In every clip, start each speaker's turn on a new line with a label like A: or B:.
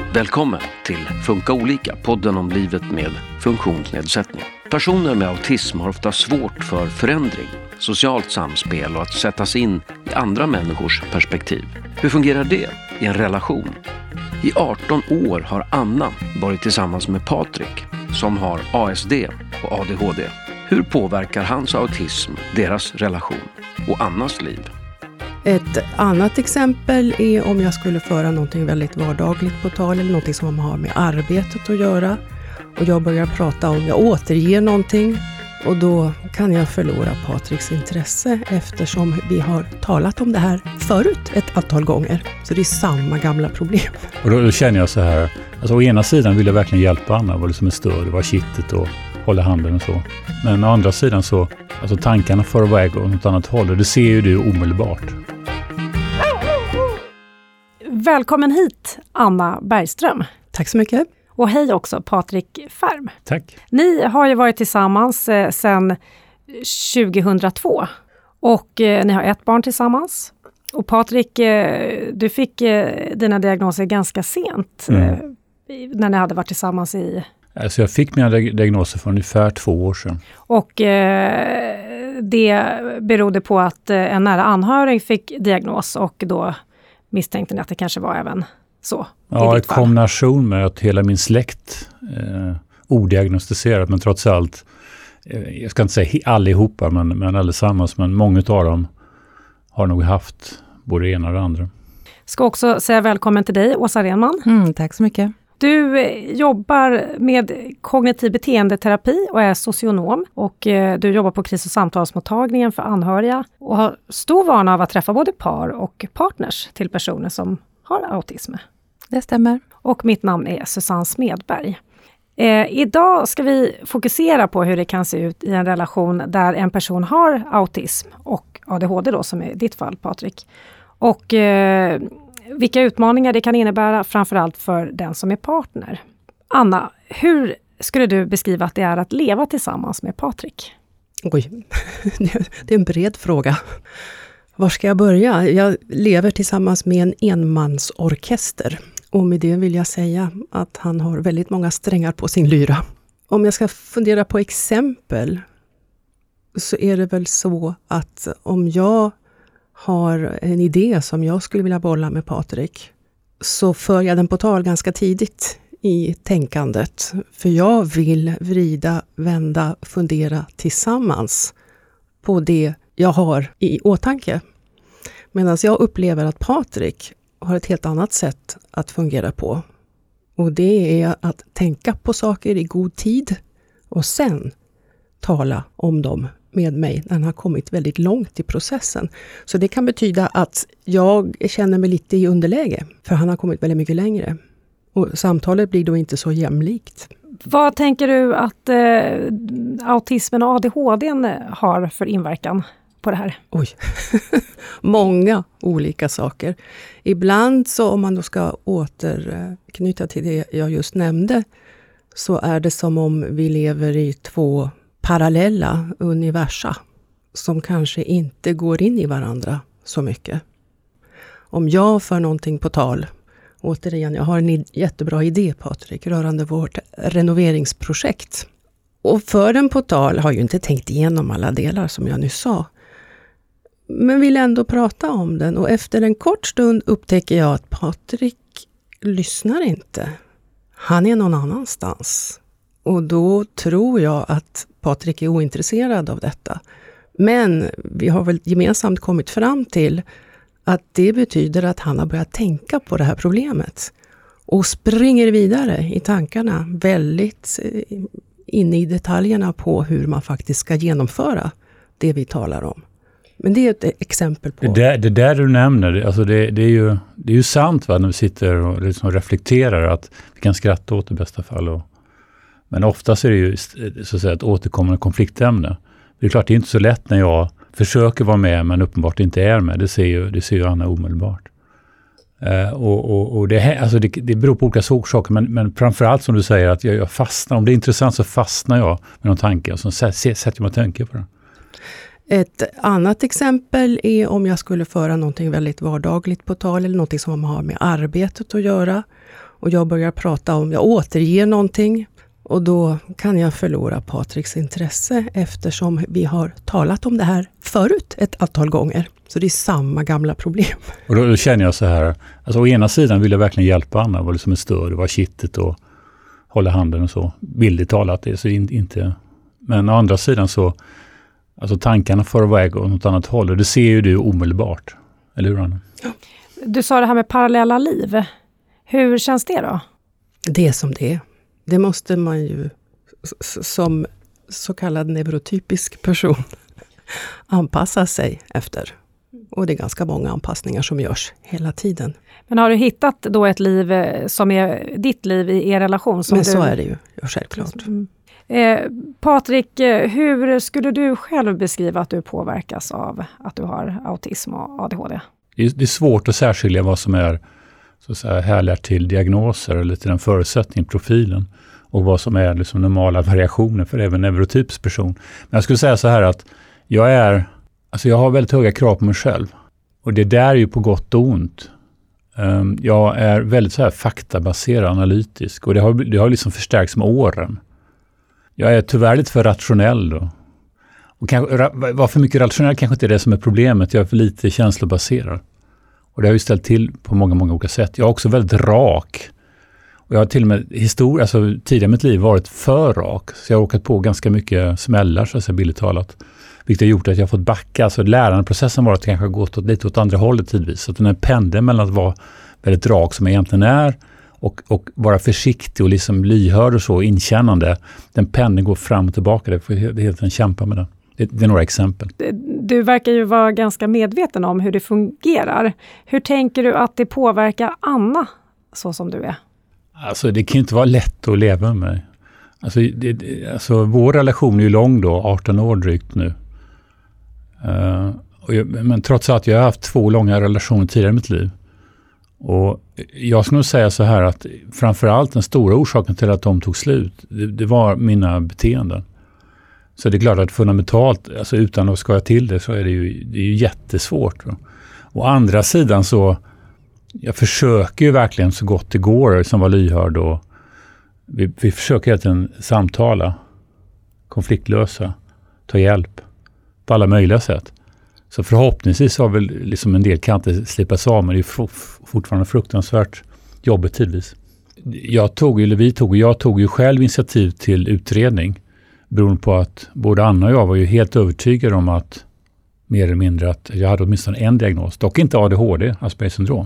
A: Välkommen till Funka olika, podden om livet med funktionsnedsättning. Personer med autism har ofta svårt för förändring, socialt samspel och att sätta sig in i andra människors perspektiv. Hur fungerar det i en relation? I 18 år har Anna varit tillsammans med Patrik som har ASD och ADHD. Hur påverkar hans autism deras relation och Annas liv?
B: Ett annat exempel är om jag skulle föra någonting väldigt vardagligt på tal eller någonting som har med arbetet att göra. Och jag börjar prata om, jag återger någonting och då kan jag förlora Patriks intresse eftersom vi har talat om det här förut ett antal gånger. Så det är samma gamla problem.
C: Och då känner jag så här, alltså å ena sidan vill jag verkligen hjälpa Anna, var liksom en stöd, det var kittet och hålla handen och så. Men å andra sidan så, alltså tankarna för iväg åt något annat håll och det ser ju du omedelbart.
D: Välkommen hit, Anna Bergström.
B: Tack så mycket.
D: Och hej också, Patrik Färm.
C: Tack.
D: Ni har ju varit tillsammans sedan 2002 och ni har ett barn tillsammans. Och Patrik, du fick dina diagnoser ganska sent när ni hade varit tillsammans i...
C: Alltså jag fick mina diagnoser för ungefär 2 år sedan.
D: Och det berodde på att en nära anhörig fick diagnos och då misstänkte ni att det kanske var även så.
C: Ja, i kombination med att hela min släkt odiagnostiserat, men trots allt, jag ska inte säga allihopa, men allesammans, men många av dem har nog haft både det ena och det andra.
D: Ska också säga välkommen till dig, Åsa Renman.
E: Tack så mycket.
D: Du jobbar med kognitiv beteendeterapi och är socionom och du jobbar på kris- och samtalsmottagningen för anhöriga och har stor vana av att träffa både par och partners till personer som har autism.
E: Det stämmer.
D: Och mitt namn är Susanne Smedberg. Idag ska vi fokusera på hur det kan se ut i en relation där en person har autism och ADHD då, som är ditt fall, Patrik. Och vilka utmaningar det kan innebära, framförallt för den som är partner. Anna, hur skulle du beskriva att det är att leva tillsammans med Patrik?
B: Oj, det är en bred fråga. Var ska jag börja? Jag lever tillsammans med en enmansorkester. Och med det vill jag säga att han har väldigt många strängar på sin lyra. Om jag ska fundera på exempel så är det väl så att om jag har en idé som jag skulle vilja bolla med Patrik så för jag den på tal ganska tidigt i tänkandet. För jag vill vrida, vända, fundera tillsammans på det jag har i åtanke. Medan jag upplever att Patrik har ett helt annat sätt att fungera på. Och det är att tänka på saker i god tid och sen tala om dem med mig när han har kommit väldigt långt i processen. Så det kan betyda att jag känner mig lite i underläge för han har kommit väldigt mycket längre. Och samtalet blir då inte så jämlikt.
D: Vad tänker du att autismen och ADHD har för inverkan på det här?
B: Oj, många olika saker. Ibland så om man då ska återknyta till det jag just nämnde så är det som om vi lever i 2 parallella universa som kanske inte går in i varandra så mycket. Om jag för någonting på tal, återigen, jag har en jättebra idé, Patrik, rörande vårt renoveringsprojekt. Och för den på tal har jag ju inte tänkt igenom alla delar som jag nyss sa. Men vill ändå prata om den och efter en kort stund upptäcker jag att Patrik lyssnar inte. Han är någon annanstans. Och då tror jag att Patrik är ointresserad av detta. Men vi har väl gemensamt kommit fram till att det betyder att han har börjat tänka på det här problemet. Och springer vidare i tankarna väldigt inne i detaljerna på hur man faktiskt ska genomföra det vi talar om. Men det är ett exempel på... Det
C: där du nämner, alltså det är ju sant va, när vi sitter och liksom reflekterar att vi kan skratta åt det i bästa fall. Men oftast är det ju så att säga, ett återkommande konfliktämne. Det är klart det är inte så lätt när jag försöker vara med men uppenbart inte är med. Det ser ju Anna omedelbart. Och det beror på olika saker men framförallt som du säger att jag fastnar. Om det är intressant så fastnar jag med någon tanke och så sätter jag mig att tänka på det.
B: Ett annat exempel är om jag skulle föra någonting väldigt vardagligt på tal eller någonting som har med arbetet att göra. och jag börjar prata om, jag återger någonting, och då kan jag förlora Patriks intresse eftersom vi har talat om det här förut ett antal gånger. Så det är samma gamla problem.
C: Och då känner jag så här, alltså å ena sidan vill jag verkligen hjälpa Anna, var liksom en stöd, var kittet och hålla handen och så. Bildligt talat det, så inte. Men å andra sidan så, alltså tankarna får iväg åt något annat håll, och det ser ju du omedelbart. Eller hur, Anna?
D: Du sa det här med parallella liv. Hur känns det då?
B: Det är som det är. Det måste man ju som så kallad neurotypisk person anpassa sig efter. Och det är ganska många anpassningar som görs hela tiden.
D: Men har du hittat då ett liv som är ditt liv i er relation?
B: Men så är det ju, ja, självklart.
D: Patrik, hur skulle du själv beskriva att du påverkas av att du har autism och ADHD?
C: Det är svårt att särskilja vad som är så att säga härlärt till diagnoser eller till den förutsättningen, profilen, och vad som är liksom normala variationer för även neurotypisk person. Men jag skulle säga så här att jag har väldigt höga krav på mig själv, och det där är ju på gott och ont. Jag är väldigt så här faktabaserad, analytisk, och det har liksom förstärkts med åren. Jag är tyvärr lite för rationell då. Och var för mycket rationell kanske inte är det som är problemet. Jag är för lite känslobaserad. Och det har ju ställt till på många, många olika sätt. Jag är också väldigt rak. Och jag har till och med tidigare i mitt liv varit för rak. Så jag har åkat på ganska mycket smällar, så att säga, billigt talat. Vilket har gjort att jag har fått backa. Alltså lärandeprocessen har varit kanske gått lite åt andra hållet tidvis. Så att den här pendeln mellan att vara väldigt rak som jag egentligen är och vara försiktig och liksom lyhörd och så, inkännande. Den pendeln går fram och tillbaka. Det är helt en kämpa med den. Det är några exempel.
D: Du verkar ju vara ganska medveten om hur det fungerar. Hur tänker du att det påverkar Anna så som du är?
C: Alltså det kan ju inte vara lätt att leva med mig. Alltså vår relation är ju lång då, 18 år drygt nu. Men trots att jag har haft 2 långa relationer tidigare i mitt liv. Och jag skulle nog säga så här att framförallt den stora orsaken till att de tog slut, det var mina beteenden. Så det är klart att fundamentalt, alltså utan att skoja till det, så är det är ju jättesvårt. Å andra sidan så, jag försöker ju verkligen så gott det går som var lyhörd, och vi försöker hela tiden samtala, konfliktlösa, ta hjälp på alla möjliga sätt. Så förhoppningsvis har väl liksom en del kanter slipats av, men det är fortfarande fruktansvärt jobbigt tidvis. Jag tog ju själv initiativ till utredning, beroende på att både Anna och jag var ju helt övertygade om att mer eller mindre att jag hade åtminstone en diagnos, dock inte ADHD, Aspergers syndrom.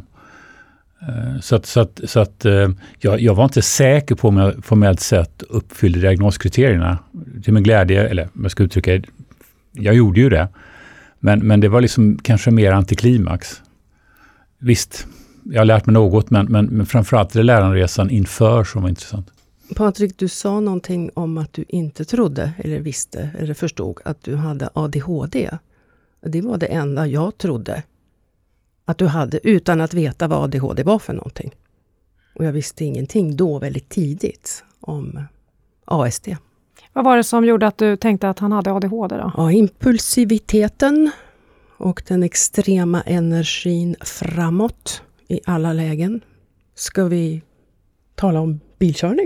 C: Så att jag var inte säker på om jag formellt sett uppfyllde diagnoskriterierna. Till min glädje, eller jag ska uttrycka, jag gjorde ju det. Men det var liksom kanske mer antiklimax. Visst, jag har lärt mig något, men framförallt det läranderesan inför som var intressant.
B: Patrik, du sa någonting om att du inte trodde eller visste eller förstod att du hade ADHD. Det var det enda jag trodde att du hade, utan att veta vad ADHD var för någonting. Och jag visste ingenting då väldigt tidigt om ASD.
D: Vad var det som gjorde att du tänkte att han hade ADHD då?
B: Ja, impulsiviteten och den extrema energin framåt i alla lägen. Ska vi tala om bilkörning?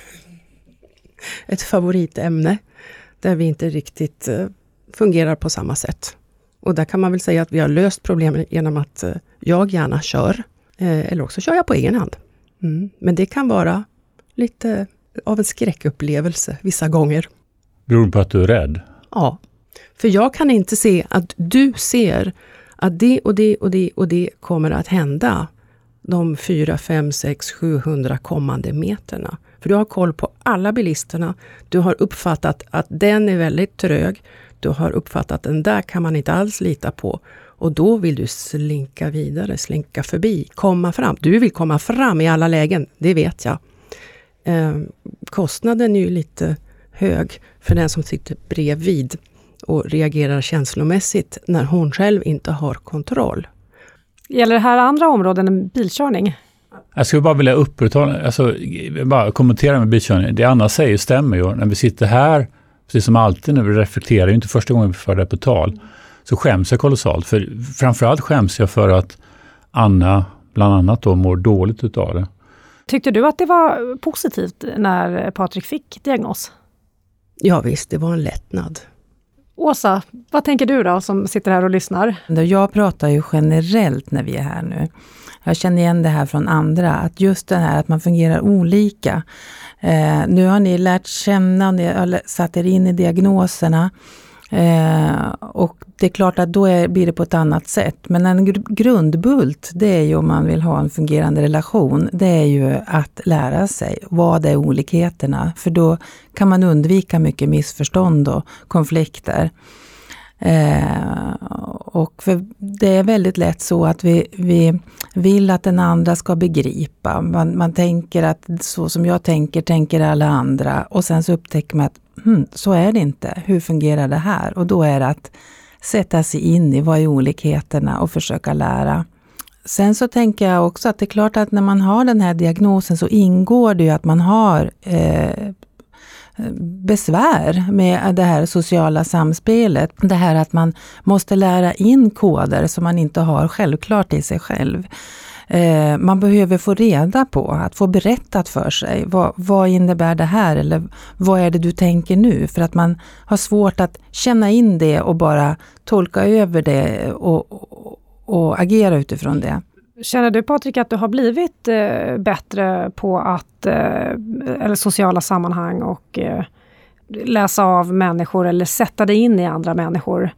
B: Ett favoritämne där vi inte riktigt fungerar på samma sätt. Och där kan man väl säga att vi har löst problemen genom att jag gärna kör. Eller också kör jag på egen hand. Men det kan vara lite av en skräckupplevelse vissa gånger.
C: Beror på att du är rädd?
B: Ja, för jag kan inte se att du ser att det och det och det och det kommer att hända de 4, 5, 6, 700 kommande meterna. För du har koll på alla bilisterna. Du har uppfattat att den är väldigt trög. Du har uppfattat att den där kan man inte alls lita på. Och då vill du slinka vidare, slinka förbi, komma fram. Du vill komma fram i alla lägen, det vet jag. Kostnaden är ju lite hög för den som sitter bredvid och reagerar känslomässigt när hon själv inte har kontroll.
D: Gäller det här andra områden än bilkörning?
C: Jag skulle bara vilja bara kommentera med bilkörning. Det Anna säger stämmer ju. När vi sitter här, precis som alltid när vi reflekterar, inte första gången vi för det på tal, så skäms jag kolossalt. För framförallt skäms jag för att Anna bland annat då mår dåligt utav det.
D: Tyckte du att det var positivt när Patrik fick diagnos?
B: Ja visst, det var en lättnad.
D: Åsa, vad tänker du då som sitter här och lyssnar?
E: Jag pratar ju generellt när vi är här nu. Jag känner igen det här från andra, att just det här att man fungerar olika. Nu har ni lärt känna, ni har satt er in i diagnoserna. Och det är klart att då blir det på ett annat sätt. Men en grundbult, det är ju om man vill ha en fungerande relation, det är ju att lära sig vad är olikheterna. För då kan man undvika mycket missförstånd och konflikter. Och för det är väldigt lätt så att vi vill att den andra ska begripa. Man tänker att så som jag tänker alla andra. Och sen så upptäcker man att så är det inte. Hur fungerar det här? Och då är det att sätta sig in i vad är olikheterna och försöka lära. Sen så tänker jag också att det är klart att när man har den här diagnosen så ingår det ju att man har besvär med det här sociala samspelet. Det här att man måste lära in koder som man inte har självklart i sig själv. Man behöver få reda på, att få berättat för sig. Vad innebär det här? Eller vad är det du tänker nu? För att man har svårt att känna in det och bara tolka över det och agera utifrån det.
D: Känner du, Patrik, att du har blivit bättre på att eller sociala sammanhang och läsa av människor eller sätta dig in i andra människor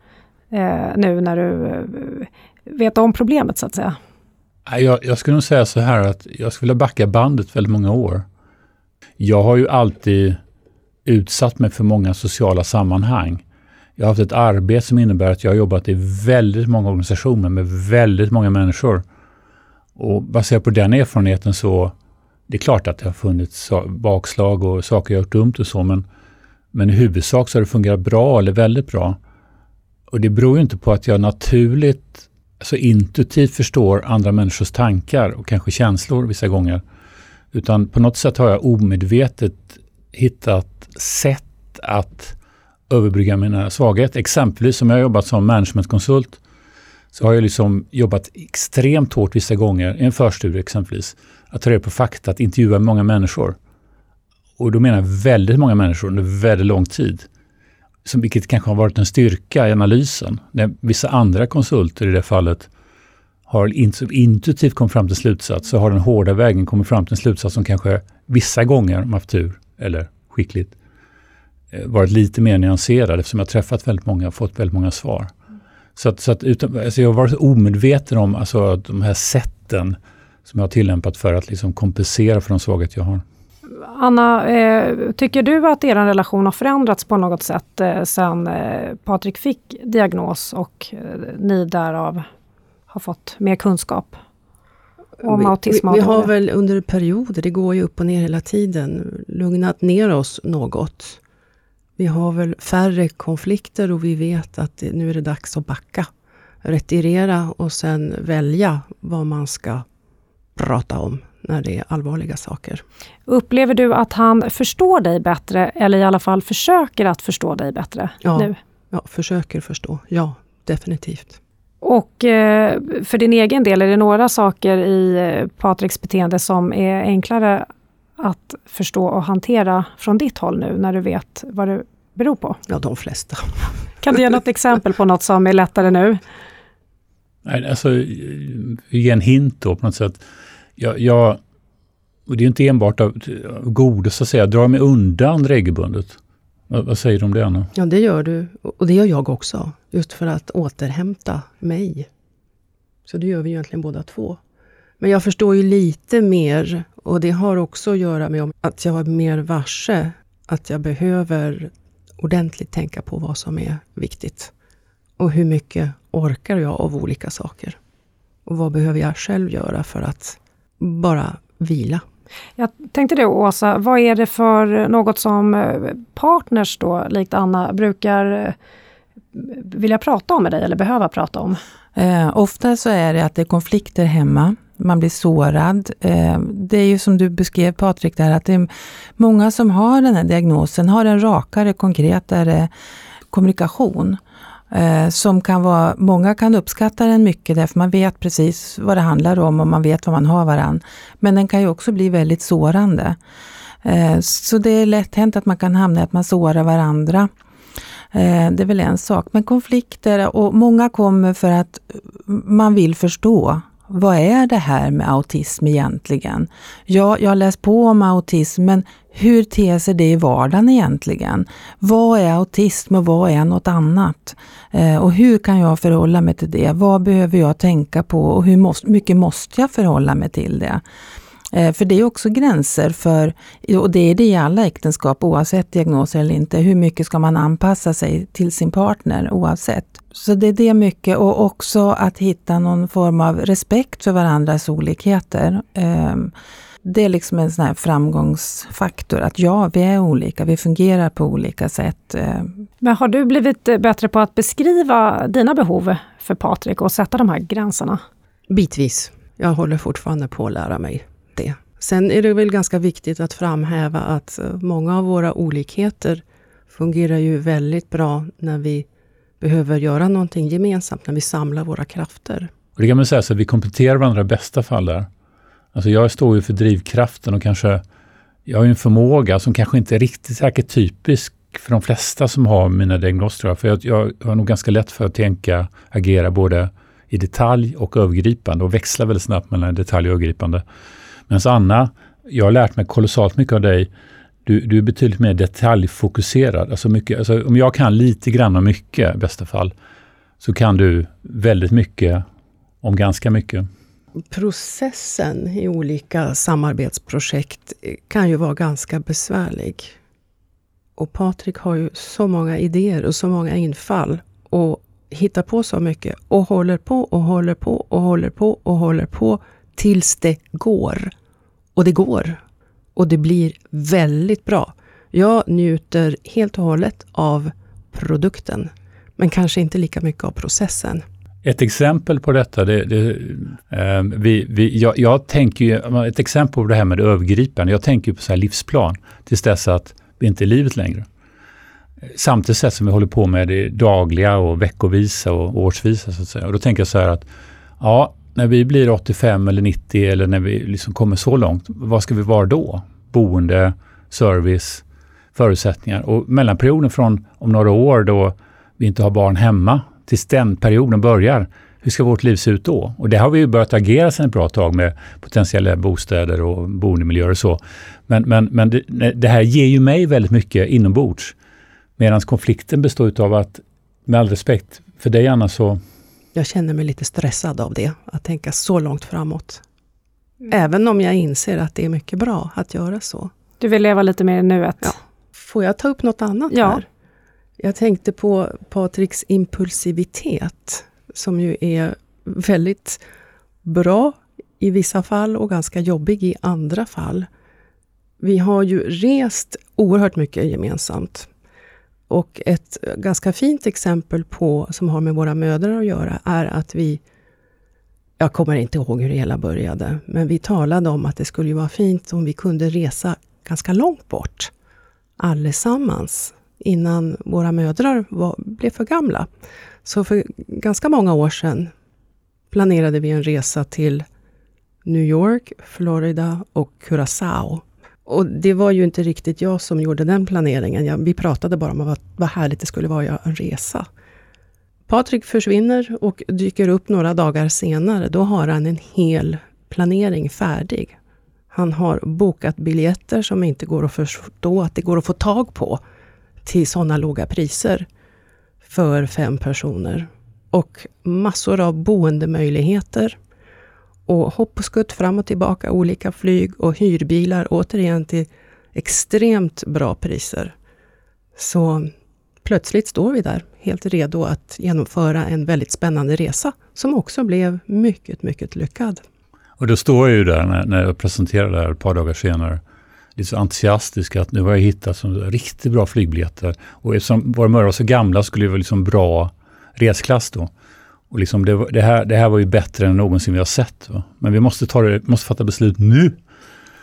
D: nu när du vet om problemet så att säga?
C: Jag skulle nog säga så här att jag skulle vilja backa bandet väldigt många år. Jag har ju alltid utsatt mig för många sociala sammanhang. Jag har haft ett arbete som innebär att jag har jobbat i väldigt många organisationer med väldigt många människor. Och baserat på den erfarenheten så det är klart att det har funnits bakslag och saker jag har gjort dumt och så, men i huvudsak så har det fungerat bra eller väldigt bra. Och det beror ju inte på att jag naturligt, alltså intuitivt förstår andra människors tankar och kanske känslor vissa gånger. Utan på något sätt har jag omedvetet hittat sätt att överbrygga mina svagheter. Exempelvis som jag har jobbat som managementkonsult så har jag liksom jobbat extremt hårt vissa gånger i en förstudie exempelvis. Att ta reda på fakta, att intervjua många människor. Och då menar jag väldigt många människor under väldigt lång tid. Vilket kanske har varit en styrka i analysen. När vissa andra konsulter i det fallet har intuitivt kommit fram till slutsats så har den hårda vägen kommit fram till en slutsats som kanske vissa gånger, om haft tur eller skickligt, varit lite mer nyanserad eftersom jag har träffat väldigt många och fått väldigt många svar. Så jag har varit omedveten om alltså, de här sätten som jag har tillämpat för att liksom kompensera för de svagheter jag har.
D: Anna, tycker du att er relation har förändrats på något sätt sedan Patrik fick diagnos och ni därav har fått mer kunskap om autism?
B: Vi har väl under perioder, det går ju upp och ner hela tiden, lugnat ner oss något. Vi har väl färre konflikter och vi vet att nu är det dags att backa, retirera och sen välja vad man ska prata om när det är allvarliga saker. Upplever du att han förstår dig bättre eller i alla fall försöker att förstå dig bättre nu? Ja, försöker förstå. Ja, definitivt. Och för din egen del, är det några saker i Patriks beteende som är enklare att förstå och hantera från ditt håll nu när du vet vad det beror på? Ja, de flesta. Kan du ge något exempel på något som är lättare nu?
C: Nej, alltså ge en hint då på något sätt. Och det är inte enbart av goda så att säga, drar mig undan regelbundet. Vad säger du om det, Anna? Ja, det gör du. Och det gör jag också. Just för att återhämta mig. Så det gör vi egentligen båda två. Men jag förstår ju lite mer. Och det har också att göra med att jag är mer varse. Att jag behöver ordentligt tänka på vad som är viktigt. Och hur mycket orkar jag av olika saker. Och vad behöver jag själv göra för att bara vila. Jag tänkte då, Åsa, vad är det för något som partners då, likt Anna, brukar vilja prata om med dig eller behöva prata om? Ofta så är det att det är konflikter hemma. Man blir sårad. Det är ju som du beskrev, Patrik, där att det är många som har den här diagnosen har en rakare, konkretare kommunikation.
E: Som kan vara, många kan uppskatta den mycket därför man vet precis vad det handlar om och man vet vad man har varann. Men den kan ju också bli väldigt sårande. Så det är lätt hänt att man kan hamna i att man sårar varandra. Det är väl en sak. Men konflikter, och många kommer för att man vill förstå. Vad är det här med autism egentligen? Ja, jag har läst på om autism, men hur ter sig det i vardagen egentligen? Vad är autism och vad är något annat? Och hur kan jag förhålla mig till det? Vad behöver jag tänka på och hur mycket måste jag förhålla mig till det? För det är också gränser för, och det är det i alla äktenskap oavsett diagnoser eller inte, hur mycket ska man anpassa sig till sin partner oavsett. Så det är det mycket, och också att hitta någon form av respekt för varandras olikheter. Det är liksom en sån här framgångsfaktor att ja, vi är olika, vi fungerar på olika sätt.
D: Men har du blivit bättre på att beskriva dina behov för Patrik och sätta de här gränserna?
B: Bitvis. Jag håller fortfarande på att lära mig det. Sen är det väl ganska viktigt att framhäva att många av våra olikheter fungerar ju väldigt bra när vi behöver göra någonting gemensamt, när vi samlar våra krafter.
C: Och det kan man säga så att vi kompletterar varandra i bästa fall där. Alltså jag står ju för drivkraften och kanske jag har en förmåga som kanske inte är riktigt säkert typisk för de flesta som har mina diagnoser. För jag har nog ganska lätt för att tänka, agera både i detalj och övergripande och växla väldigt snabbt mellan detalj och övergripande. Men så Anna, jag har lärt mig kolossalt mycket av dig. Du är betydligt mer detaljfokuserad. Alltså om jag kan lite grann och mycket i bästa fall så kan du väldigt mycket om ganska mycket.
B: Processen i olika samarbetsprojekt kan ju vara ganska besvärlig. Och Patrik har ju så många idéer och så många infall och hittar på så mycket och håller på och håller på och håller på och håller på tills det går. Och det går. Och det blir väldigt bra. Jag njuter helt och hållet av produkten, men kanske inte lika mycket av processen.
C: Ett exempel på detta, jag tänker ju, ett exempel på det här med det övergripande, jag tänker på så här livsplan tills dess att vi inte är i livet längre. Samtidigt sätt som vi håller på med det dagliga och veckovisa och årsvisa så att säga. Och då tänker jag så här att ja, när vi blir 85 eller 90 eller när vi liksom kommer så långt, vad ska vi vara då? Boende, service, förutsättningar. Och mellanperioden från om några år då vi inte har barn hemma tills den perioden börjar, hur ska vårt liv se ut då? Och det har vi ju börjat agera sedan ett bra tag med potentiella bostäder och boendemiljöer och så. Men det här ger ju mig väldigt mycket inombords. Medan konflikten består av att, med all respekt för dig Anna, så...
B: Jag känner mig lite stressad av det, att tänka så långt framåt. Även om jag inser att det är mycket bra att göra så.
D: Du vill leva lite mer i nuet.
B: Ja. Får jag ta upp något annat här? Jag tänkte på Patriks impulsivitet, som ju är väldigt bra i vissa fall och ganska jobbig i andra fall. Vi har ju rest oerhört mycket gemensamt. Och ett ganska fint exempel på, som har med våra mödrar att göra, är att jag kommer inte ihåg hur det hela började, men vi talade om att det skulle ju vara fint om vi kunde resa ganska långt bort, allesammans, innan våra mödrar blev för gamla. Så för ganska många år sedan planerade vi en resa till New York, Florida och Curaçao. Och det var ju inte riktigt jag som gjorde den planeringen. Vi pratade bara om vad härligt det skulle vara att göra en resa. Patrik försvinner och dyker upp några dagar senare. Då har han en hel planering färdig. Han har bokat biljetter som inte går att förstå att det går att få tag på till sådana låga priser för 5 personer. Och massor av boendemöjligheter. Och hopp och skutt fram och tillbaka, olika flyg och hyrbilar återigen till extremt bra priser. Så plötsligt står vi där helt redo att genomföra en väldigt spännande resa som också blev mycket, mycket lyckad. Och
C: då står jag ju där när jag presenterade det här ett par dagar senare lite så entusiastisk att nu har jag hittat så riktigt bra flygbiljetter. Och eftersom våra mödrar var så gamla skulle det vara liksom bra resklass då. Och liksom det här var ju bättre än någonsin vi har sett. Va? Men vi måste fatta beslut nu.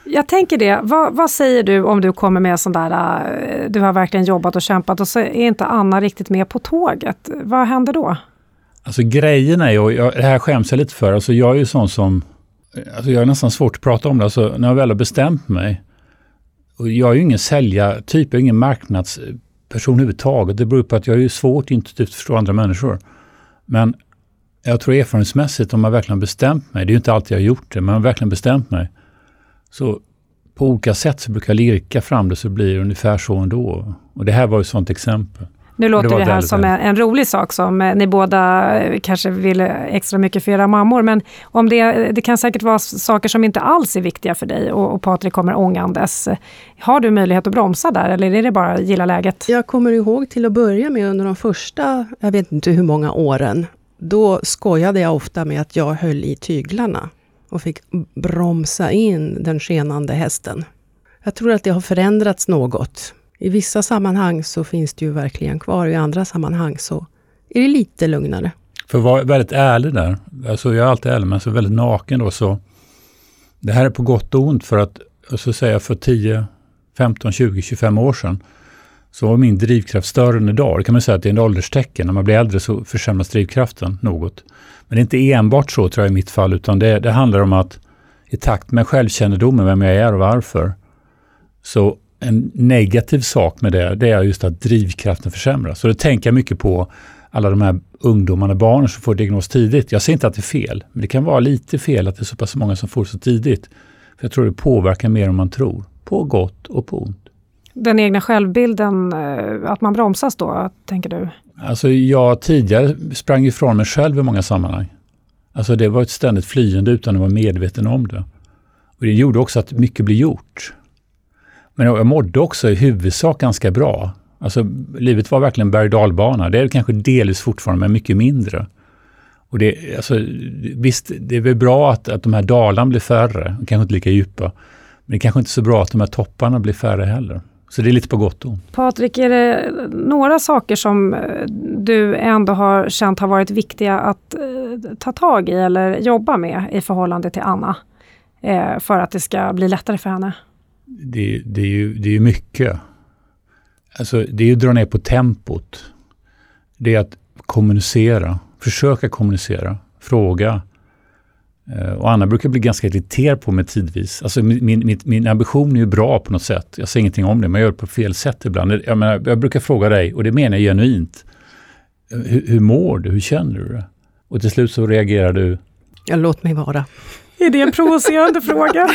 D: Jag tänker det. Vad säger du om du kommer med sån där, du har verkligen jobbat och kämpat och så är inte Anna riktigt med på tåget. Vad händer då?
C: Alltså grejen är ju, det här skäms jag lite för, alltså jag är ju sån som, alltså jag är nästan svårt att prata om det, alltså när jag väl har bestämt mig, och jag är ju ingen säljartyp, jag är ingen marknadsperson överhuvudtaget, det beror på att jag är ju svårt intuitivt att förstå andra människor. Men jag tror erfarenhetsmässigt, om man verkligen bestämt mig, det är ju inte alltid jag har gjort det, men jag har verkligen bestämt mig, så på olika sätt så brukar jag lirka fram det så blir det ungefär så ändå. Och det här var ju ett sånt exempel.
D: Nu låter det här som en rolig sak som ni båda kanske vill extra mycket för era mammor, men om det kan säkert vara saker som inte alls är viktiga för dig och Patrik kommer ångandes. Har du möjlighet att bromsa där eller är det bara gilla läget?
B: Jag kommer ihåg till att börja med under de första, jag vet inte hur många åren, då skojade jag ofta med att jag höll i tyglarna och fick bromsa in den skenande hästen. Jag tror att det har förändrats något. I vissa sammanhang så finns det ju verkligen kvar. I andra sammanhang så är det lite lugnare.
C: För att vara väldigt ärlig där. Alltså jag är alltid ärlig, men så väldigt naken då. Så det här är på gott och ont för att, så säga för 10, 15, 20, 25 år sedan så var min drivkraft större än idag. Det kan man säga att det är en ålderstecken. När man blir äldre så försämras drivkraften något. Men det är inte enbart så tror jag i mitt fall, utan det handlar om att i takt med självkännedomen, vem jag är och varför, så en negativ sak med det är just att drivkraften försämras. Så det tänker jag mycket på alla de här ungdomarna, barnen som får diagnos tidigt. Jag säger inte att det är fel, men det kan vara lite fel att det är så pass många som får så tidigt. För jag tror det påverkar mer än man tror. På gott och på ont.
D: Den egna självbilden, att man bromsas då, tänker du?
C: Alltså jag tidigare sprang ifrån mig själv i många sammanhang. Alltså det var ett ständigt flyende utan att vara medveten om det. Och det gjorde också att mycket blev gjort. Men jag mådde också i huvudsak ganska bra. Alltså livet var verkligen berg- och dalbana. Det är kanske delvis fortfarande, men mycket mindre. Och det, alltså, visst, det är väl bra att de här dalarna blir färre. Kanske inte lika djupa. Men det är kanske inte så bra att de här topparna blir färre heller. Så det är lite på gott och ont.
D: Patrik, är det några saker som du ändå har känt har varit viktiga att ta tag i eller jobba med i förhållande till Anna? För att det ska bli lättare för henne?
C: Det är ju mycket. Alltså det är ju att dra ner på tempot. Det är att kommunicera. Försöka kommunicera. Fråga. Och Anna brukar bli ganska irriterad på mig tidvis. Alltså min ambition är ju bra på något sätt. Jag säger ingenting om det, men jag gör det på fel sätt ibland. Jag brukar fråga dig, och det menar jag genuint. Hur mår du? Hur känner du det? Och till slut så reagerar du.
B: Ja, låt mig vara.
D: Är det en provocerande fråga?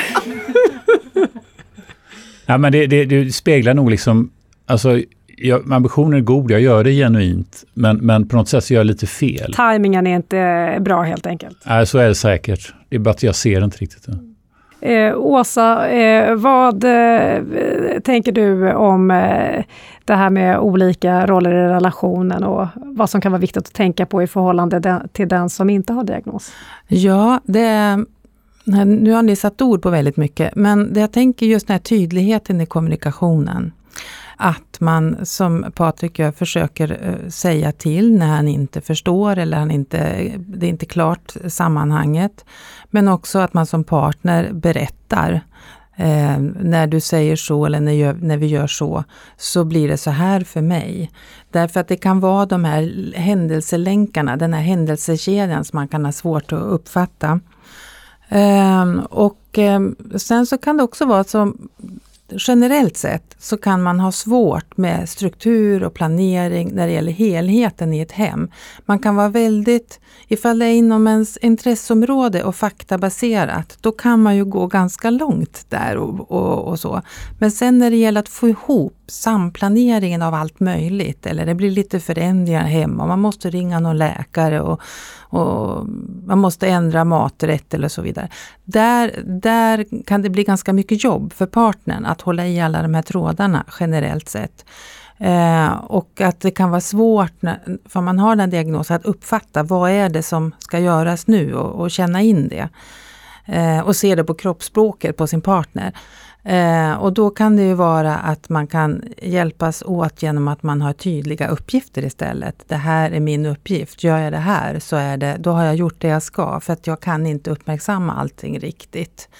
C: Ja, men det speglar nog liksom, alltså ambitionen är god, jag gör det genuint, men på något sätt så gör jag lite fel.
D: Timingen är inte bra helt enkelt.
C: Nej, så är det säkert. Det är bara att jag ser inte riktigt det.
D: Åsa, vad tänker du om det här med olika roller i relationen och vad som kan vara viktigt att tänka på i förhållande till den som inte har diagnos?
E: Ja, nu har ni satt ord på väldigt mycket, men det jag tänker just den här tydligheten i kommunikationen. Att man, som Patrik gör, försöker säga till när han inte förstår eller det är inte klart sammanhanget. Men också att man som partner berättar. När du säger så eller när vi gör så blir det så här för mig. Därför att det kan vara de här händelselänkarna, den här händelsekedjan som man kan ha svårt att uppfatta. Sen så kan det också vara som generellt sett så kan man ha svårt med struktur och planering när det gäller helheten i ett hem. Man kan vara väldigt, ifall det är inom ens intresseområde och faktabaserat, då kan man ju gå ganska långt där och så. Men sen när det gäller att få ihop samplaneringen av allt möjligt, eller det blir lite förändringar hemma och man måste ringa någon läkare och man måste ändra maträtt eller så vidare. Där kan det bli ganska mycket jobb för partnern att hålla i alla de här trådarna generellt sett. Och att det kan vara svårt för man har den diagnosen att uppfatta vad är det som ska göras nu och känna in det. Och se det på kroppsspråket på sin partner. Och då kan det ju vara att man kan hjälpas åt genom att man har tydliga uppgifter istället. Det här är min uppgift. Gör jag det här då har jag gjort det jag ska. För att jag kan inte uppmärksamma allting riktigt.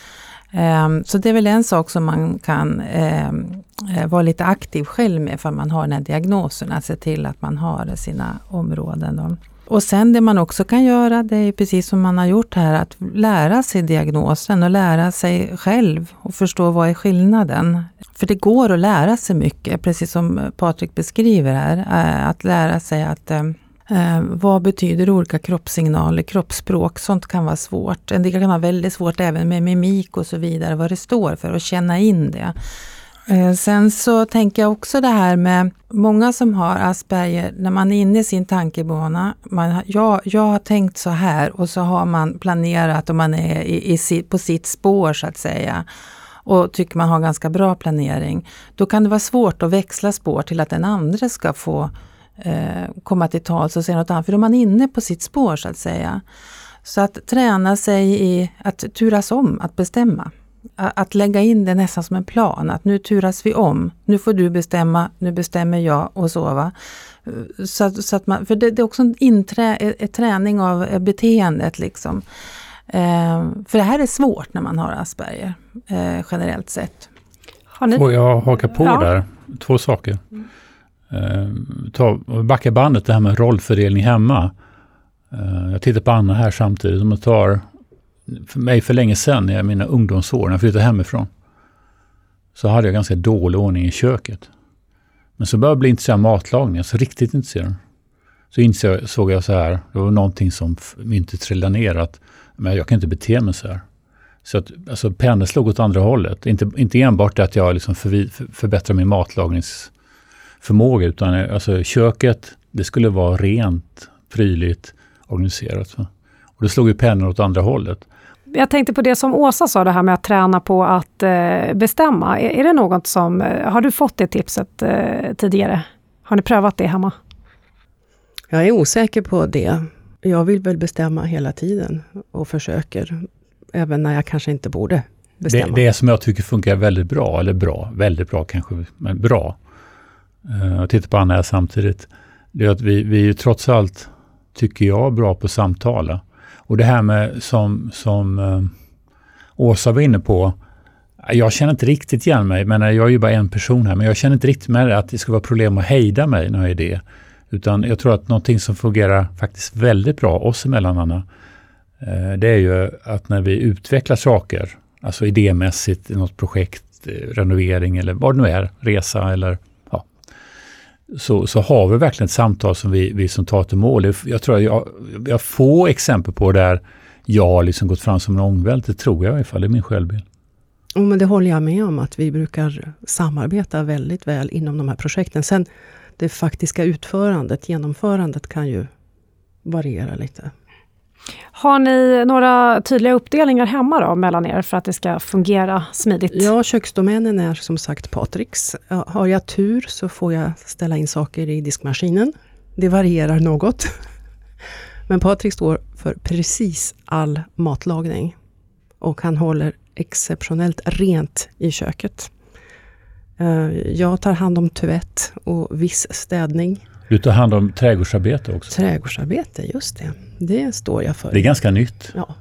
E: Så det är väl en sak som man kan vara lite aktiv själv med för man har den här diagnosen, att se till att man har sina områden då. Och sen det man också kan göra, det är precis som man har gjort här, att lära sig diagnosen och lära sig själv och förstå vad är skillnaden. För det går att lära sig mycket, precis som Patrik beskriver här, att lära sig att vad betyder olika kroppssignaler, kroppsspråk, sånt kan vara svårt. Det kan vara väldigt svårt även med mimik och så vidare, vad det står för, att känna in det. Sen så tänker jag också det här med många som har Asperger, när man är inne i sin tankebana, jag har tänkt så här och så har man planerat och man är på sitt spår så att säga och tycker man har ganska bra planering. Då kan det vara svårt att växla spår till att den andra ska få komma till tals och säga något annat, för då är man inne på sitt spår så att säga. Så att träna sig i att turas om, att bestämma. Att lägga in det nästan som en plan, att nu turas vi om, nu får du bestämma, nu bestämmer jag och så va. Så att man, för det är också en träning av beteendet liksom. För det här är svårt när man har Asperger generellt sett.
C: Får jag haka på där? 2 saker. Backa bandet, det här med rollfördelning hemma. Jag tittar på Anna här samtidigt, som tar för mig för länge sedan, i mina ungdomsår, när jag flyttade hemifrån, så hade jag ganska dålig ordning i köket. Men så började jag bli intresserad av matlagning, så riktigt intresserad. Så såg jag så här, det var någonting som inte trillade ner, att men jag kan inte bete mig så här. Så att alltså, pendeln slog åt andra hållet. Inte enbart att jag liksom förbättrar min matlagningsförmåga, utan alltså, köket, det skulle vara rent, prydligt, organiserat. Så. Och det slog ju pendeln åt andra hållet.
D: Jag tänkte på det som Åsa sa, det här med att träna på att bestämma. Är det något som, har du fått det tipset tidigare? Har ni prövat det hemma?
B: Jag är osäker på det. Jag vill väl bestämma hela tiden och försöker, även när jag kanske inte borde bestämma.
C: Det som jag tycker funkar väldigt bra, eller bra, väldigt bra kanske, men bra. Jag tittar på Anna här samtidigt. Det är att vi är ju trots allt, tycker jag, bra på samtala. Och det här med som Åsa var inne på, jag känner inte riktigt igen mig, men jag är ju bara en person här, men jag känner inte riktigt med det att det ska vara problem att hejda mig när jag är det. Utan jag tror att någonting som fungerar faktiskt väldigt bra oss emellan, Anna, det är ju att när vi utvecklar saker, alltså idémässigt i något projekt, renovering eller vad det nu är, resa eller ja, så har vi verkligen ett samtal som vi som tar till mål. Jag tror jag får exempel på där jag har liksom gått fram som en ångvält, det tror jag i alla fall, det är min självbild.
B: Men det håller jag med om, att vi brukar samarbeta väldigt väl inom de här projekten. Sen det faktiska genomförandet kan ju variera lite.
D: Har ni några tydliga uppdelningar hemma då mellan er för att det ska fungera smidigt?
B: Ja, köksdomänen är som sagt Patriks. Har jag tur så får jag ställa in saker i diskmaskinen. Det varierar något. Men Patrik står för precis all matlagning. Och han håller exceptionellt rent i köket. Jag tar hand om tvätt och viss städning.
C: Du tar hand om trädgårdsarbete också?
B: Trädgårdsarbete, just det. Det står jag för.
C: Det är ganska nytt.
B: Ja.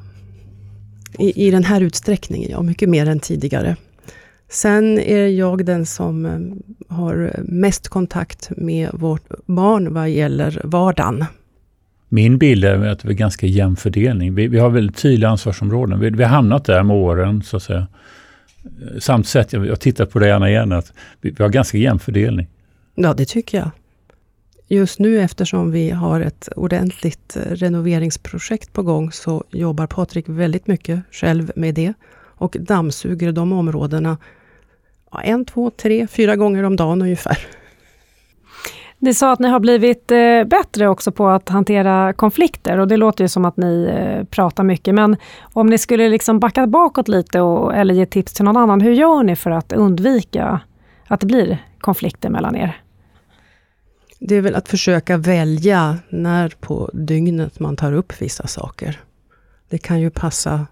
B: I den här utsträckningen, ja. Mycket mer än tidigare. Sen är jag den som har mest kontakt med vårt barn vad gäller vardagen.
C: Min bild är att det är ganska jämn fördelning. Vi har väldigt tydliga ansvarsområden. Vi har hamnat där med åren, så att säga. Samt sätt, jag tittar på det gärna igen, att vi har ganska jämn fördelning.
B: Ja, det tycker jag. Just nu, eftersom vi har ett ordentligt renoveringsprojekt på gång, så jobbar Patrik väldigt mycket själv med det. Och dammsuger de områdena 1, 2, 3, 4 gånger om dagen ungefär.
D: Ni sa att ni har blivit bättre också på att hantera konflikter, och det låter ju som att ni pratar mycket, men om ni skulle liksom backa bakåt lite eller ge tips till någon annan, hur gör ni för att undvika att det blir konflikter mellan er?
B: Det är väl att försöka välja när på dygnet man tar upp vissa saker. Det kan ju passa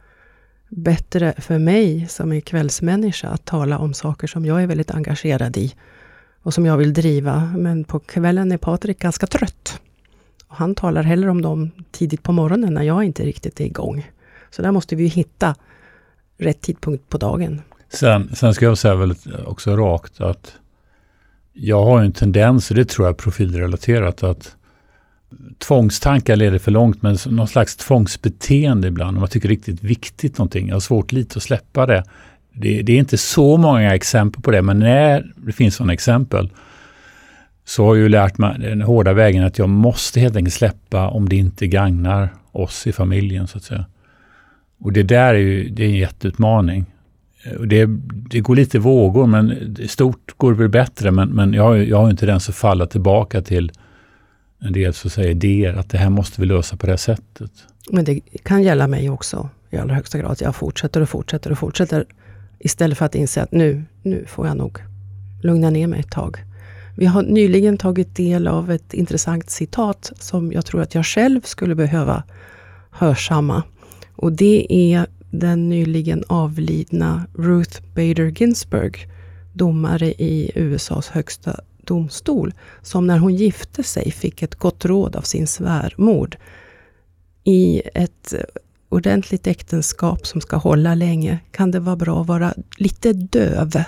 B: bättre för mig som är kvällsmänniska att tala om saker som jag är väldigt engagerad i och som jag vill driva. Men på kvällen är Patrik ganska trött. Och han talar hellre om dem tidigt på morgonen när jag inte riktigt är igång. Så där måste vi hitta rätt tidpunkt på dagen.
C: Sen ska jag säga väldigt också rakt att jag har en tendens, och det tror jag är profilrelaterat, att tvångstankar leder för långt, men någon slags tvångsbeteende ibland, om man tycker riktigt viktigt någonting. Jag har svårt lite att släppa det. Det är inte så många exempel på det, men när det finns sådana exempel så har jag ju lärt mig den hårda vägen att jag måste helt enkelt släppa om det inte gagnar oss i familjen, så att säga. Och det där det är en jätteutmaning. Och det går lite vågor, men i stort går det väl bättre, men jag har inte den så falla tillbaka till en del så säger idéer att det här måste vi lösa på det här sättet.
B: Men det kan gälla mig också i allra högsta grad. Jag fortsätter istället för att inse att nu får jag nog lugna ner mig ett tag. Vi har nyligen tagit del av ett intressant citat som jag tror att jag själv skulle behöva hörsamma. Och det är den nyligen avlidna Ruth Bader Ginsburg, domare i USAs högsta domstol, som när hon gifte sig fick ett gott råd av sin svärmor. I ett ordentligt äktenskap som ska hålla länge kan det vara bra att vara lite döv.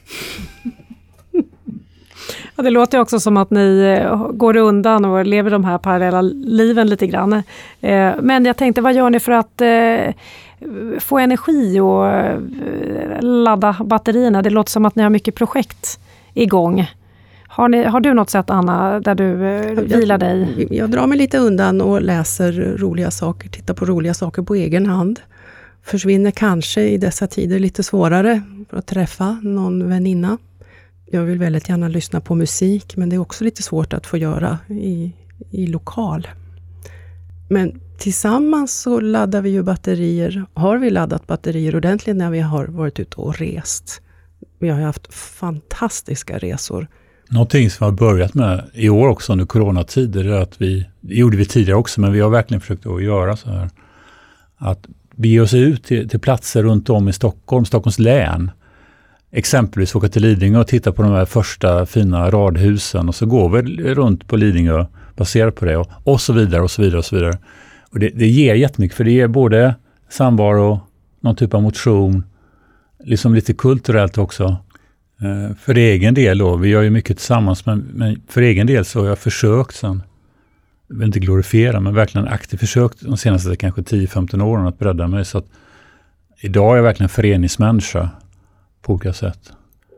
D: Ja, det låter också som att ni går undan och lever de här parallella liven lite grann. Men jag tänkte, vad gör ni för att få energi och ladda batterierna? Det låter som att ni har mycket projekt igång. Har du något sätt, Anna, där du vilar dig?
B: Jag drar mig lite undan och läser roliga saker, tittar på roliga saker på egen hand. Försvinner kanske i dessa tider lite svårare för att träffa någon väninna. Jag vill väldigt gärna lyssna på musik, men det är också lite svårt att få göra i lokal. Men tillsammans så laddar vi ju batterier. Har vi laddat batterier ordentligt när vi har varit ute och rest? Vi har haft fantastiska resor.
C: Någonting som har börjat med i år också under coronatider är att det gjorde vi tidigare också, men vi har verkligen försökt att göra så här. Att bege oss ut till platser runt om i Stockholms län. Exempelvis åka till Lidingö och titta på de här första fina radhusen, och så går vi runt på Lidingö baserat på det och så vidare och så vidare och så vidare. Och det ger jättemycket, för det ger både samvaro, någon typ av motion, liksom lite kulturellt också. För egen del då, vi gör ju mycket tillsammans, men för egen del så har jag försökt sen, jag vill inte glorifiera, men verkligen aktivt försökt de senaste kanske 10-15 åren att bredda mig, så att idag är jag verkligen föreningsmänniska på olika sätt.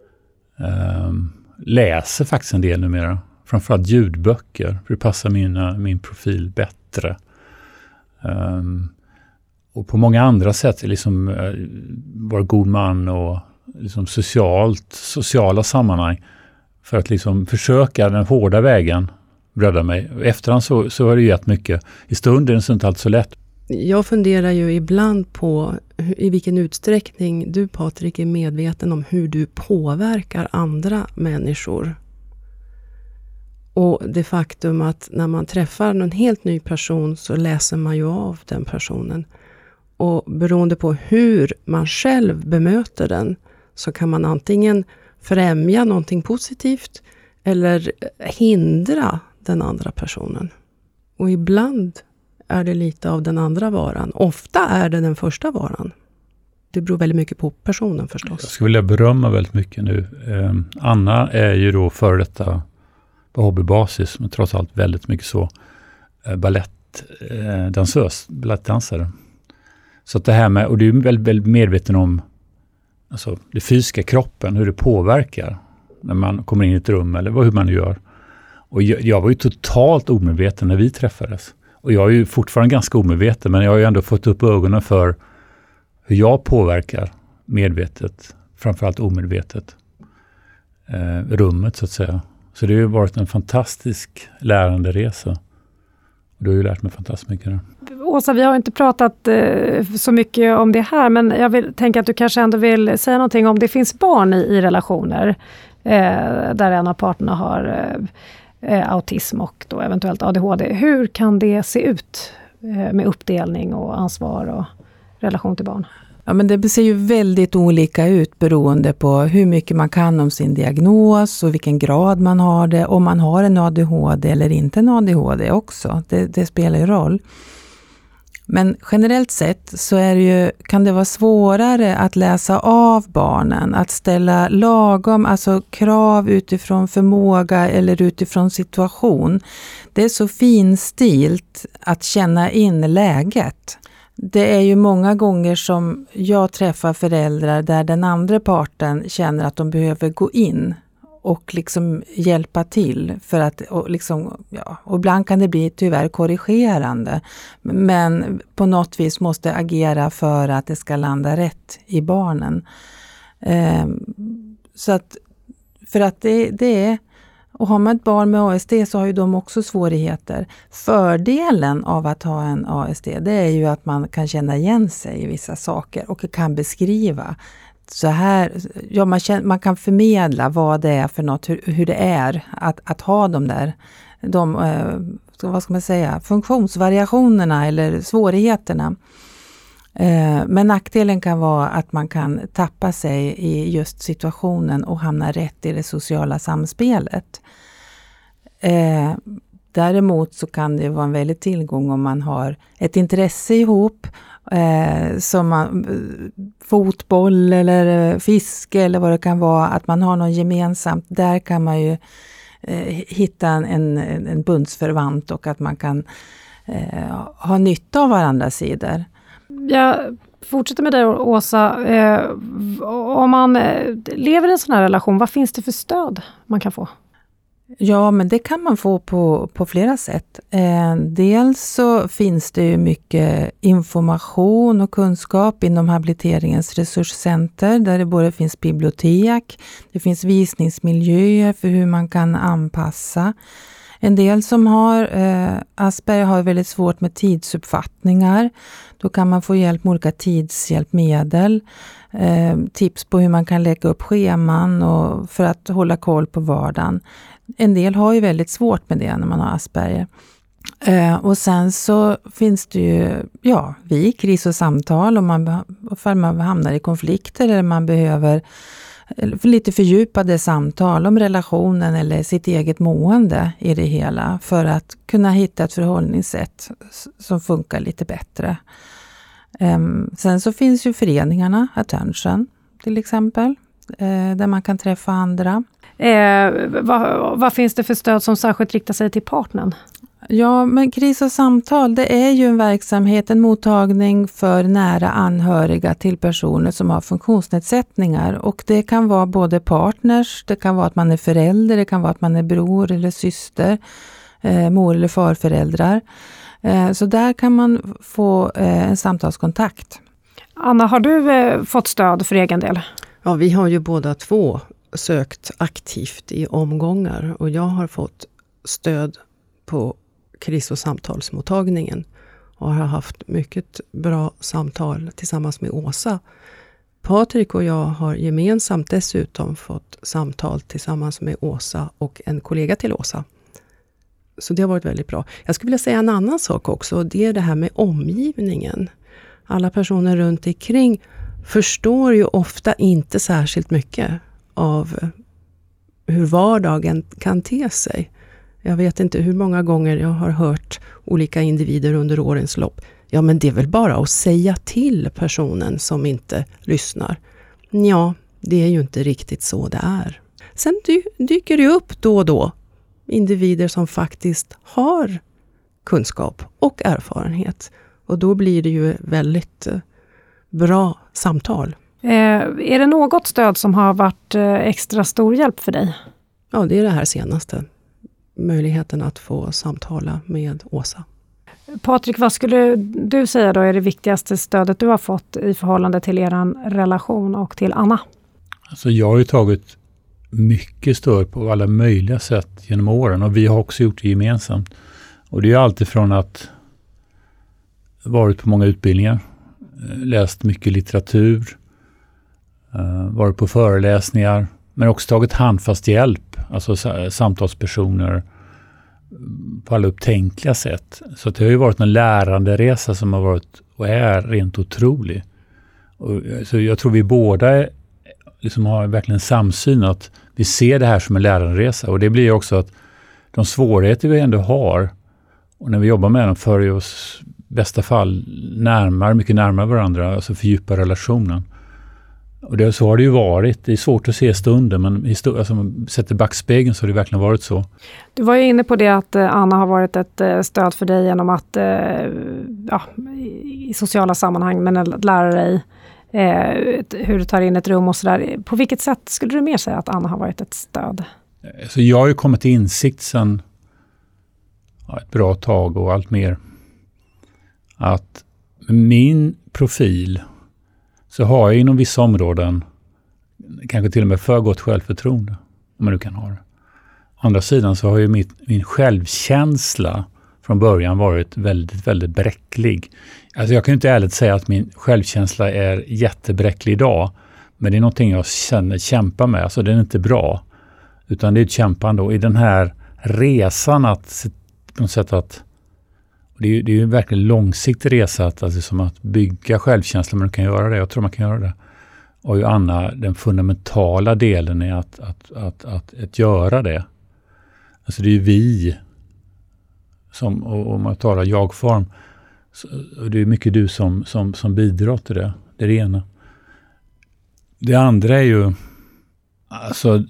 C: Läser faktiskt en del numera, framförallt ljudböcker, för det passar min profil bättre. Och på många andra sätt liksom vara god man och liksom sociala sammanhang, för att liksom försöka den hårda vägen bredda mig. Efterhand så har det gett mycket. I stunden är det inte allt så lätt.
B: Jag funderar ju ibland på i vilken utsträckning du, Patrik, är medveten om hur du påverkar andra människor. Och det faktum att när man träffar någon helt ny person så läser man ju av den personen. Och beroende på hur man själv bemöter den så kan man antingen främja någonting positivt eller hindra den andra personen. Och ibland är det lite av den andra varan. Ofta är det den första varan. Det beror väldigt mycket på personen förstås.
C: Jag skulle vilja berömma väldigt mycket nu. Anna är ju då före detta på hobbybasis, men trots allt väldigt mycket så balettdansare. Så att det här med, och du är väldigt, väldigt medveten om alltså det fysiska kroppen, hur det påverkar när man kommer in i ett rum eller hur man gör. Och jag var ju totalt omedveten när vi träffades. Och jag är ju fortfarande ganska omedveten, men jag har ju ändå fått upp ögonen för hur jag påverkar medvetet, framförallt omedvetet, rummet så att säga. Så det har ju varit en fantastisk lärande resa. Och du har ju lärt mig fantastiskt mycket där.
D: Åsa, vi har inte pratat så mycket om det här, men jag vill tänka att du kanske ändå vill säga någonting om det finns barn i relationer där en av parterna har autism och då eventuellt ADHD. Hur kan det se ut med uppdelning och ansvar och relation till barn?
E: Ja, men det ser ju väldigt olika ut beroende på hur mycket man kan om sin diagnos och vilken grad man har det. Om man har en ADHD eller inte en ADHD också. Det spelar ju roll. Men generellt sett så kan det vara svårare att läsa av barnen, att ställa lagom, alltså krav utifrån förmåga eller utifrån situation. Det är så finstilt att känna in läget. Det är ju många gånger som jag träffar föräldrar där den andra parten känner att de behöver gå in och liksom hjälpa till för att, och ibland kan det bli tyvärr korrigerande, men på något vis måste agera för att det ska landa rätt i barnen. Så att, för att det är, och har man ett barn med ASD så har ju de också svårigheter. Fördelen av att ha en ASD, det är ju att man kan känna igen sig i vissa saker och kan beskriva så här, ja, man kan förmedla vad det är för något, hur det är att ha vad ska man säga, funktionsvariationerna eller svårigheterna. Men nackdelen kan vara att man kan tappa sig i just situationen och hamna rätt i det sociala samspelet. Däremot så kan det vara en väldig tillgång om man har ett intresse ihop, som fotboll eller fiske eller vad det kan vara, att man har något gemensamt. Där kan man ju hitta en bundsförvant och att man kan ha nytta av varandras sidor.
D: Jag fortsätter med dig, Åsa. Om man lever i en sån här relation, vad finns det för stöd man kan få?
E: Ja, men det kan man få på flera sätt. Dels så finns det ju mycket information och kunskap inom habiliteringens resurscenter där det både finns bibliotek, det finns visningsmiljöer för hur man kan anpassa. En del som har Asperger har väldigt svårt med tidsuppfattningar. Då kan man få hjälp med olika tidshjälpmedel. Tips på hur man kan lägga upp scheman och för att hålla koll på vardagen. En del har ju väldigt svårt med det när man har Asperger. Och sen så finns det ju kris och samtal om man hamnar i konflikter eller man behöver lite fördjupade samtal om relationen eller sitt eget mående i det hela för att kunna hitta ett förhållningssätt som funkar lite bättre. Sen så finns ju föreningarna, Attention till exempel, där man kan träffa andra.
D: Vad finns det för stöd som särskilt riktar sig till partnern?
E: Ja, men kris och samtal, det är ju en verksamhet, en mottagning för nära anhöriga till personer som har funktionsnedsättningar. Och det kan vara både partners, det kan vara att man är förälder, det kan vara att man är bror eller syster, mor eller farföräldrar. Så där kan man få en samtalskontakt.
D: Anna, har du fått stöd för egen del?
B: Ja, vi har ju båda två sökt aktivt i omgångar och jag har fått stöd på kris- och samtalsmottagningen och har haft mycket bra samtal tillsammans med Åsa. Patrik och jag har gemensamt dessutom fått samtal tillsammans med Åsa och en kollega till Åsa. Så det har varit väldigt bra. Jag skulle vilja säga en annan sak också, och det är det här med omgivningen. Alla personer runt omkring förstår ju ofta inte särskilt mycket av hur vardagen kan te sig. Jag vet inte hur många gånger jag har hört olika individer under årens lopp. Ja, men det är väl bara att säga till personen som inte lyssnar. Ja, det är ju inte riktigt så det är. Sen dyker det upp då och då individer som faktiskt har kunskap och erfarenhet. Och då blir det ju väldigt bra samtal.
D: Är det något stöd som har varit extra stor hjälp för dig?
B: Ja, det är det här senaste. Möjligheten att få samtala med Åsa.
D: Patrik, vad skulle du säga då är det viktigaste stödet du har fått i förhållande till er relation och till Anna?
C: Alltså jag har ju tagit mycket stöd på alla möjliga sätt genom åren och vi har också gjort det gemensamt. Och det är alltid från att varit på många utbildningar, läst mycket litteratur, varit på föreläsningar, men också tagit handfast hjälp, alltså samtalspersoner på alla upptänkliga sätt. Så det har ju varit en lärande resa som har varit och är rent otrolig. Och, så jag tror vi båda liksom har verkligen samsyn att vi ser det här som en lärande resa. Och det blir ju också att de svårigheter vi ändå har och när vi jobbar med dem för oss bästa fall mycket närmare varandra, alltså fördjupa relationen. Och så har det ju varit. Det är svårt att se stunden, men alltså, om man sätter backspegeln så har det verkligen varit så.
D: Du var ju inne på det att Anna har varit ett stöd för dig genom att i sociala sammanhang, men att lära dig hur du tar in ett rum och sådär. På vilket sätt skulle du mer säga att Anna har varit ett stöd?
C: Så jag har ju kommit till insikt sedan ett bra tag och allt mer att min profil så har jag inom vissa områden kanske till och med för gott självförtroende, om man nu kan ha det. Å andra sidan så har ju min självkänsla från början varit väldigt, väldigt bräcklig. Alltså jag kan ju inte ärligt säga att min självkänsla är jättebräcklig idag, men det är någonting jag kämpar med. Alltså den är inte bra, utan det är ett kämpande. Och i den här resan att på något sätt att det är ju en verkligen långsiktig resa alltså som att bygga självkänsla, men du kan göra det. Jag tror man kan göra det. Och ju Anna, den fundamentala delen är att göra det. Alltså det är ju vi som, och om man talar jag-form, så det är mycket du som bidrar till det. Det är det ena. Det andra är ju alltså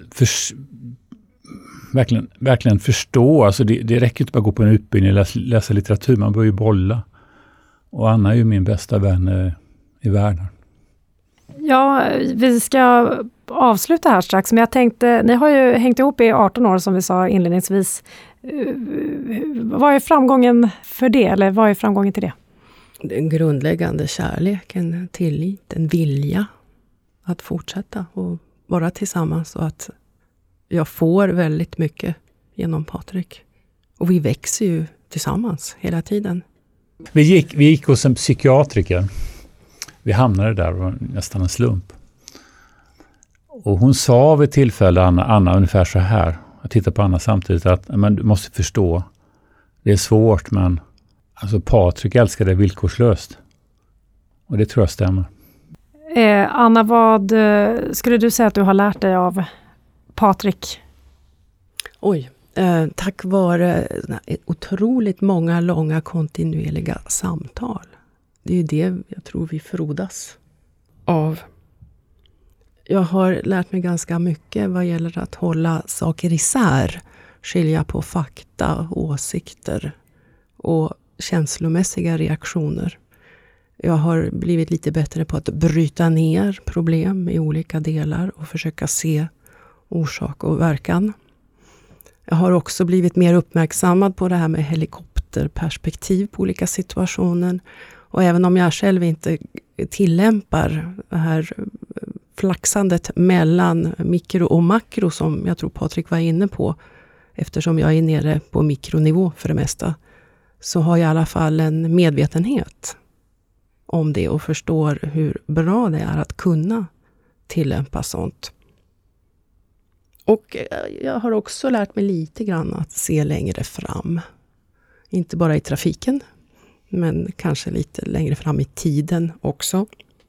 C: verkligen förstå. Alltså det räcker inte bara att gå på en utbildning och läsa litteratur. Man bör ju bolla. Och Anna är ju min bästa vän i världen. Ja,
D: vi ska avsluta här strax. Men jag tänkte, ni har ju hängt ihop i 18 år som vi sa inledningsvis. Vad är framgången för det? Eller vad är framgången till det?
B: Den grundläggande kärleken, tillit, en vilja att fortsätta och vara tillsammans, och att jag får väldigt mycket genom Patrik. Och vi växer ju tillsammans hela tiden.
C: Vi gick hos en psykiatriker. Vi hamnade där, var nästan en slump. Och hon sa vid tillfälle, Anna ungefär så här. Jag tittar på Anna samtidigt att men du måste förstå. Det är svårt, men alltså Patrik älskar det villkorslöst. Och det tror jag stämmer.
D: Anna, vad skulle du säga att du har lärt dig av Patrik?
B: Tack vare otroligt många långa kontinuerliga samtal. Det är ju det jag tror vi frodas av. Jag har lärt mig ganska mycket vad gäller att hålla saker isär. Skilja på fakta, åsikter och känslomässiga reaktioner. Jag har blivit lite bättre på att bryta ner problem i olika delar och försöka se orsak och verkan. Jag har också blivit mer uppmärksammad på det här med helikopterperspektiv på olika situationer. Och även om jag själv inte tillämpar det här flaxandet mellan mikro och makro som jag tror Patrik var inne på, eftersom jag är nere på mikronivå för det mesta, så har jag i alla fall en medvetenhet om det och förstår hur bra det är att kunna tillämpa sånt. Och jag har också lärt mig lite grann att se längre fram. Inte bara i trafiken, men kanske lite längre fram i tiden också.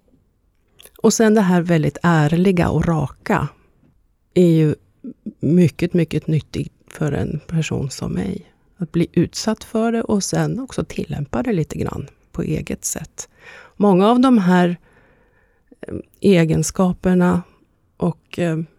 B: Och sen det här väldigt ärliga och raka är ju mycket, mycket nyttigt för en person som mig. Att bli utsatt för det och sen också tillämpa det lite grann på eget sätt. Många av de här egenskaperna och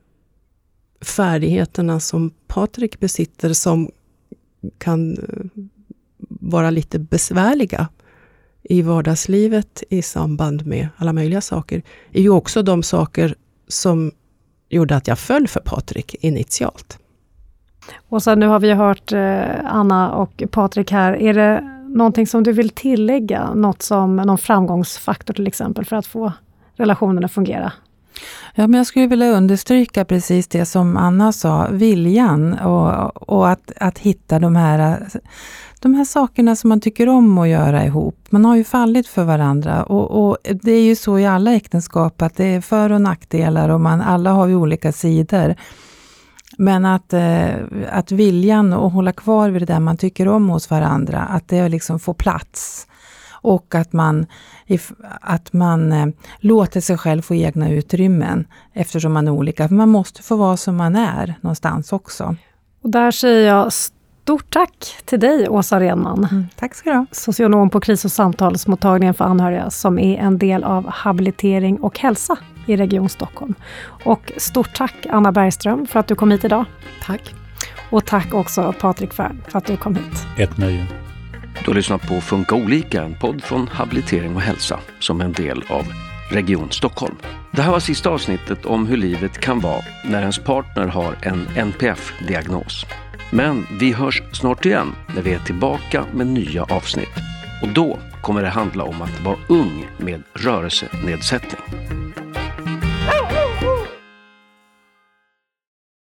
B: färdigheterna som Patrik besitter som kan vara lite besvärliga i vardagslivet i samband med alla möjliga saker, är ju också de saker som gjorde att jag föll för Patrik initialt.
D: Och så nu har vi hört Anna och Patrik här. Är det någonting som du vill tillägga? Någon framgångsfaktor till exempel för att få relationen att fungera?
E: Ja, men jag skulle vilja understryka precis det som Anna sa, viljan och att hitta de här sakerna som man tycker om att göra ihop. Man har ju fallit för varandra och det är ju så i alla äktenskap att det är för- och nackdelar och alla har ju olika sidor. Men att viljan och hålla kvar vid det där man tycker om hos varandra, att det liksom får plats. Och att man låter sig själv få egna utrymmen eftersom man är olika. För man måste få vara som man är någonstans också.
D: Och där säger jag Stort tack till dig, Åsa Renman.
E: Tack ska du ha.
D: Socionom på kris- och samtalsmottagningen för anhöriga som är en del av habilitering och hälsa i Region Stockholm. Och stort tack Anna Bergström för att du kom hit idag.
B: Tack.
D: Och tack också Patrik Färn för att du kom hit.
C: Ett nöje.
A: Du har lyssnat på Funka olika, en podd från habilitering och hälsa som en del av Region Stockholm. Det här var sista avsnittet om hur livet kan vara när ens partner har en NPF-diagnos. Men vi hörs snart igen när vi är tillbaka med nya avsnitt. Och då kommer det handla om att vara ung med rörelsenedsättning.